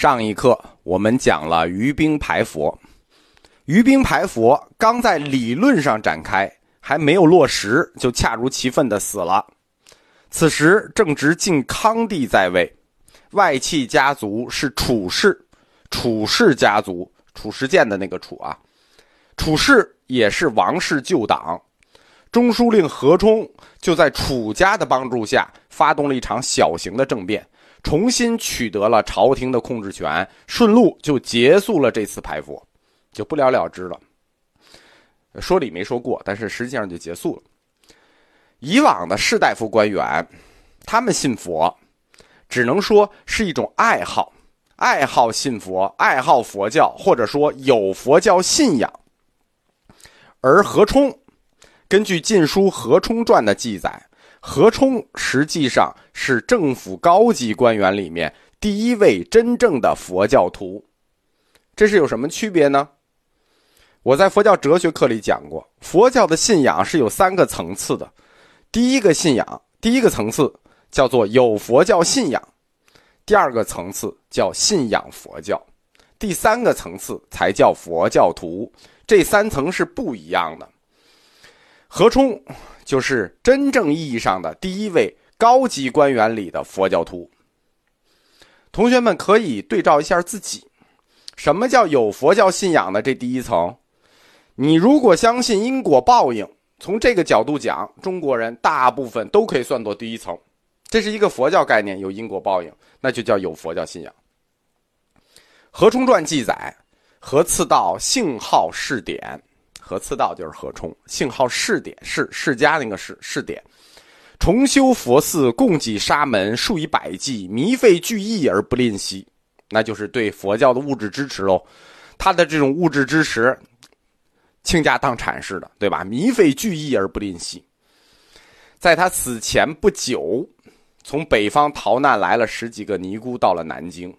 上一课我们讲了于兵排佛，于兵排佛刚在理论上展开，还没有落实，就恰如其分地死了。此时正值晋康帝在位，外戚家族是楚氏，楚氏家族，褚时健的那个楚啊，楚氏也是王室旧党。中书令何冲就在楚家的帮助下，发动了一场小型的政变，重新取得了朝廷的控制权，顺路就结束了这次排佛，就不了了之了。说理没说过，但是实际上就结束了。以往的士大夫官员，他们信佛，只能说是一种爱好，爱好信佛，爱好佛教，或者说有佛教信仰。而何冲，根据《晋书·何冲传》的记载，何冲实际上是政府高级官员里面第一位真正的佛教徒。这是有什么区别呢？我在佛教哲学课里讲过，佛教的信仰是有3个层次的。第一个层次叫做有佛教信仰，第2个层次叫信仰佛教，第3个层次才叫佛教徒。这3层是不一样的。何冲就是真正意义上的第一位高级官员里的佛教徒。同学们可以对照一下自己，什么叫有佛教信仰的这第一层？你如果相信因果报应，从这个角度讲，中国人大部分都可以算作第一层。这是一个佛教概念，有因果报应，那就叫有佛教信仰。何冲传记载，何次道姓号世典，何次道就是何冲，姓号世典，世家那个世典，重修佛寺，供给沙门数以百计，靡费巨亿而不吝惜，那就是对佛教的物质支持咯。他的这种物质支持倾家荡产似的，对吧？靡费巨亿而不吝惜。在他死前不久，从北方逃难来了10几个尼姑到了南京。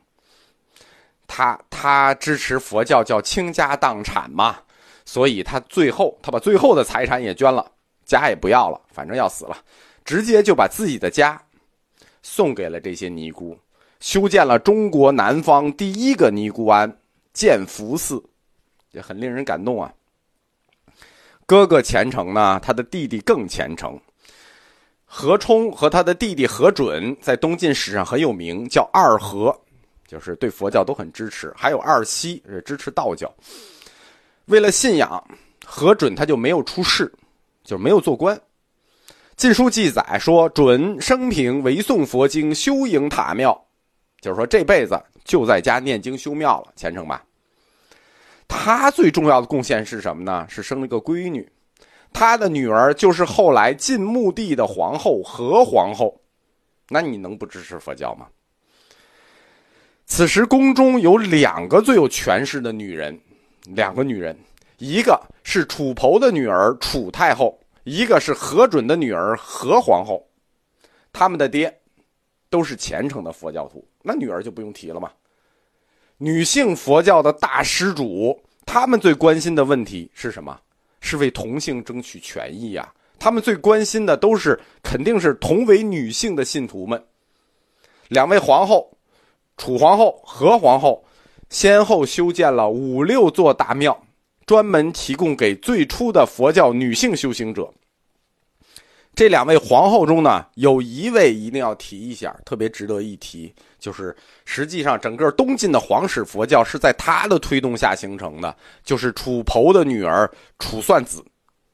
他支持佛教叫倾家荡产嘛，所以他把最后的财产也捐了，家也不要了，反正要死了，直接就把自己的家送给了这些尼姑，修建了中国南方第一个尼姑庵建福寺，也很令人感动啊。哥哥虔诚呢，他的弟弟更虔诚。何冲和他的弟弟何准在东晋史上很有名，叫二何，就是对佛教都很支持，还有二希，是支持道教。为了信仰，何准他就没有出仕，就是没有做官。晋书记载说，准生平唯诵佛经，修营塔庙，就是说这辈子就在家念经修庙了，虔诚吧。他最重要的贡献是什么呢？是生了个闺女，他的女儿就是后来晋穆帝的皇后何皇后。那你能不支持佛教吗？此时宫中有2个最有权势的女人，2个女人，一个是楚侯的女儿楚太后，一个是何准的女儿何皇后。他们的爹都是虔诚的佛教徒，那女儿就不用提了嘛。女性佛教的大施主，他们最关心的问题是什么？是为同性争取权益啊。他们最关心的肯定是同为女性的信徒们。2位皇后，楚皇后、何皇后，先后修建了5、6座大庙，专门提供给最初的佛教女性修行者。这2位皇后中呢，有一位一定要提一下，特别值得一提，就是实际上整个东晋的皇室佛教是在她的推动下形成的，就是楚侯的女儿楚算子。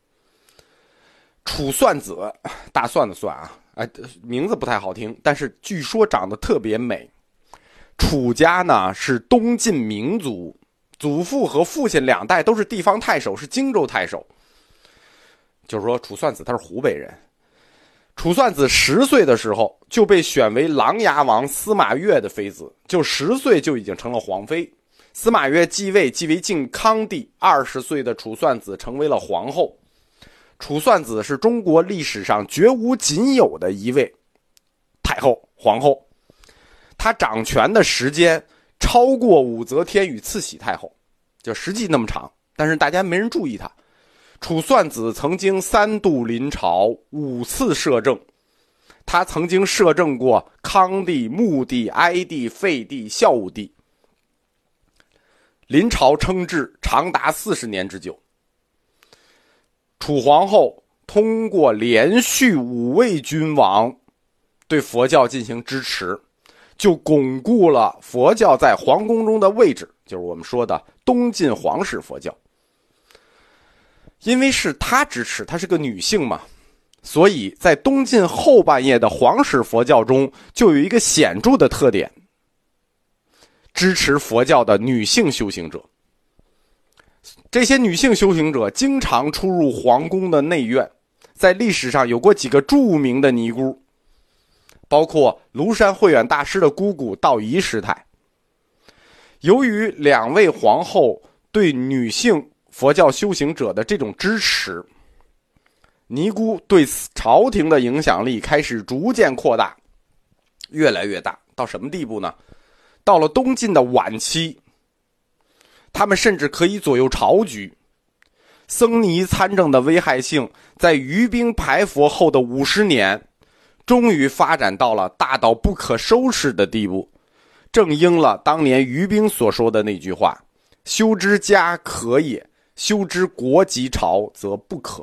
楚算子，大蒜的蒜啊，名字不太好听，但是据说长得特别美。楚家呢是东晋名族，祖父和父亲2代都是地方太守，是荆州太守。就是说楚算子他是湖北人。楚算子10岁的时候就被选为琅琊王司马越的妃子，就10岁就已经成了皇妃。司马越继位晋康帝，20岁的楚算子成为了皇后。楚算子是中国历史上绝无仅有的一位太后、皇后，她掌权的时间超过武则天与慈禧太后，就实际那么长，但是大家没人注意她。楚算子曾经3度临朝，5次摄政。他曾经摄政过康帝、穆帝、哀帝、废帝、孝武帝临朝称制长达40年之久。楚皇后通过连续5位君王对佛教进行支持，就巩固了佛教在皇宫中的位置，就是我们说的东晋皇室佛教。因为是她支持，她是个女性嘛，所以在东晋后半叶的皇室佛教中就有一个显著的特点，支持佛教的女性修行者。这些女性修行者经常出入皇宫的内院，在历史上有过几个著名的尼姑，包括庐山慧远大师的姑姑道仪师太。由于2位皇后对女性佛教修行者的这种支持，尼姑对朝廷的影响力开始逐渐扩大，越来越大，到什么地步呢？到了东晋的晚期，他们甚至可以左右朝局。僧尼参政的危害性在余兵排佛后的50年终于发展到了大到不可收拾的地步，正应了当年余兵所说的那句话：修之家可也，修之国及朝则不可。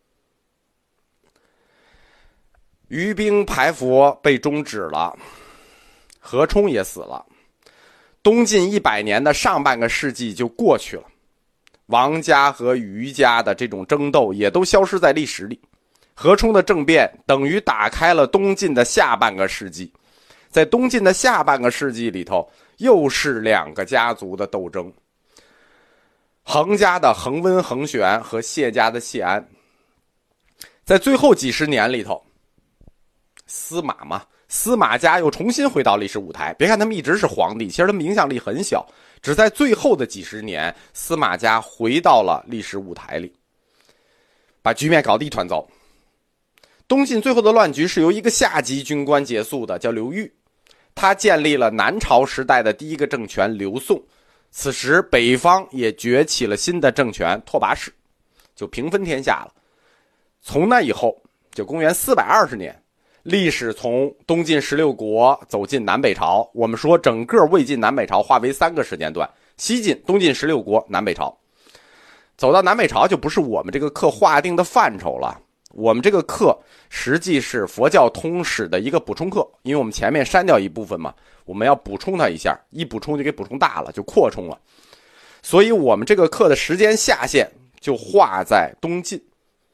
余兵排佛被终止了，何冲也死了，东晋100年的上半个世纪就过去了，王家和余家的这种争斗也都消失在历史里。何冲的政变等于打开了东晋的下半个世纪，在东晋的下半个世纪里头，又是2个家族的斗争，衡家的衡温、衡玄和谢家的谢安。在最后几十年里头，司马家又重新回到历史舞台。别看他们一直是皇帝，其实他们影响力很小，只在最后的几十年，司马家回到了历史舞台里，把局面搞得一团糟。东晋最后的乱局是由一个下级军官结束的，叫刘裕。他建立了南朝时代的第一个政权刘宋。此时北方也崛起了新的政权拓跋氏，就平分天下了。从那以后，就公元420年，历史从东晋16国走进南北朝。我们说整个魏晋南北朝划为3个时间段：西晋、东晋16国、南北朝。走到南北朝就不是我们这个课划定的范畴了，我们这个课实际是佛教通史的一个补充课，因为我们前面删掉一部分嘛，我们要补充它一下，一补充就给补充大了，就扩充了。所以我们这个课的时间下限就划在东晋，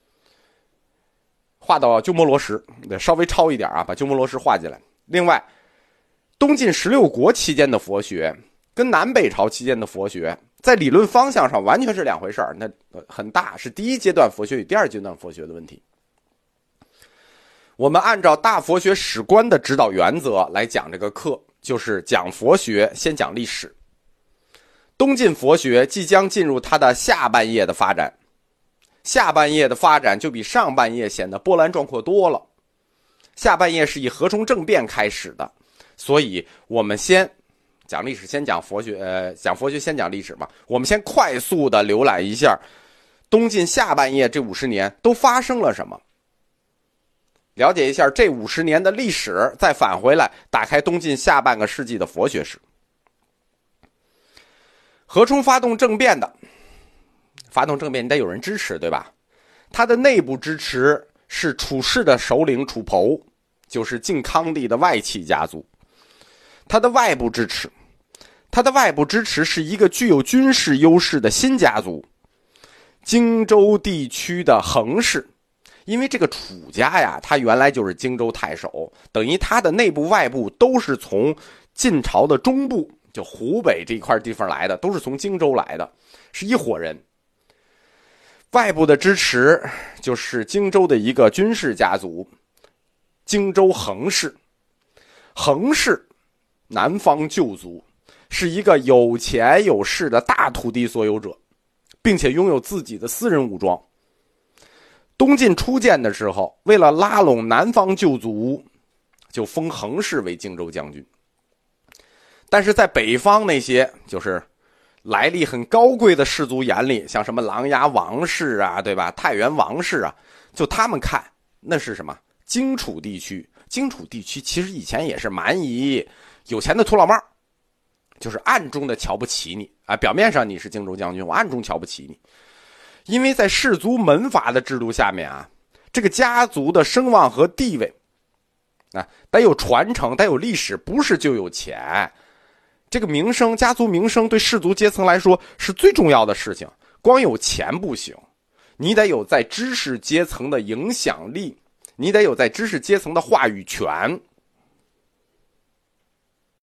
划到鸠摩罗什，稍微超一点啊，把鸠摩罗什划进来。另外，东晋16国期间的佛学跟南北朝期间的佛学在理论方向上完全是2回事儿，那很大，是第一阶段佛学与第二阶段佛学的问题。我们按照大佛学史观的指导原则来讲这个课，就是讲佛学先讲历史。东晋佛学即将进入它的下半叶的发展，下半叶的发展就比上半叶显得波澜壮阔多了。下半叶是以何冲政变开始的，所以我们先讲历史，先讲佛学，讲佛学先讲历史嘛。我们先快速的浏览一下东晋下半叶这50年都发生了什么，了解一下这50年的历史，再返回来打开东晋下半个世纪的佛学史。何冲发动政变你得有人支持，对吧？他的内部支持是楚氏的首领楚侯，就是晋康帝的外戚家族。他的外部支持是一个具有军事优势的新家族，荆州地区的衡氏。因为这个楚家呀，他原来就是荆州太守，等于他的内部外部都是从晋朝的中部，就湖北这一块地方来的，都是从荆州来的，是一伙人。外部的支持就是荆州的一个军事家族，荆州衡氏。衡氏南方旧族，是一个有钱有势的大土地所有者，并且拥有自己的私人武装。东晋初建的时候，为了拉拢南方旧族，就封衡氏为荆州将军。但是在北方那些就是来历很高贵的氏族眼里，像什么琅琊王氏啊，对吧？太原王氏啊，就他们看那是什么？荆楚地区。荆楚地区其实以前也是蛮夷有钱的土老帽，就是暗中的瞧不起你， 啊，表面上你是荆州将军，我暗中瞧不起你。因为在氏族门阀的制度下面啊，这个家族的声望和地位啊，得有传承，得有历史，不是就有钱。这个名声，家族名声对氏族阶层来说是最重要的事情，光有钱不行，你得有在知识阶层的影响力，你得有在知识阶层的话语权。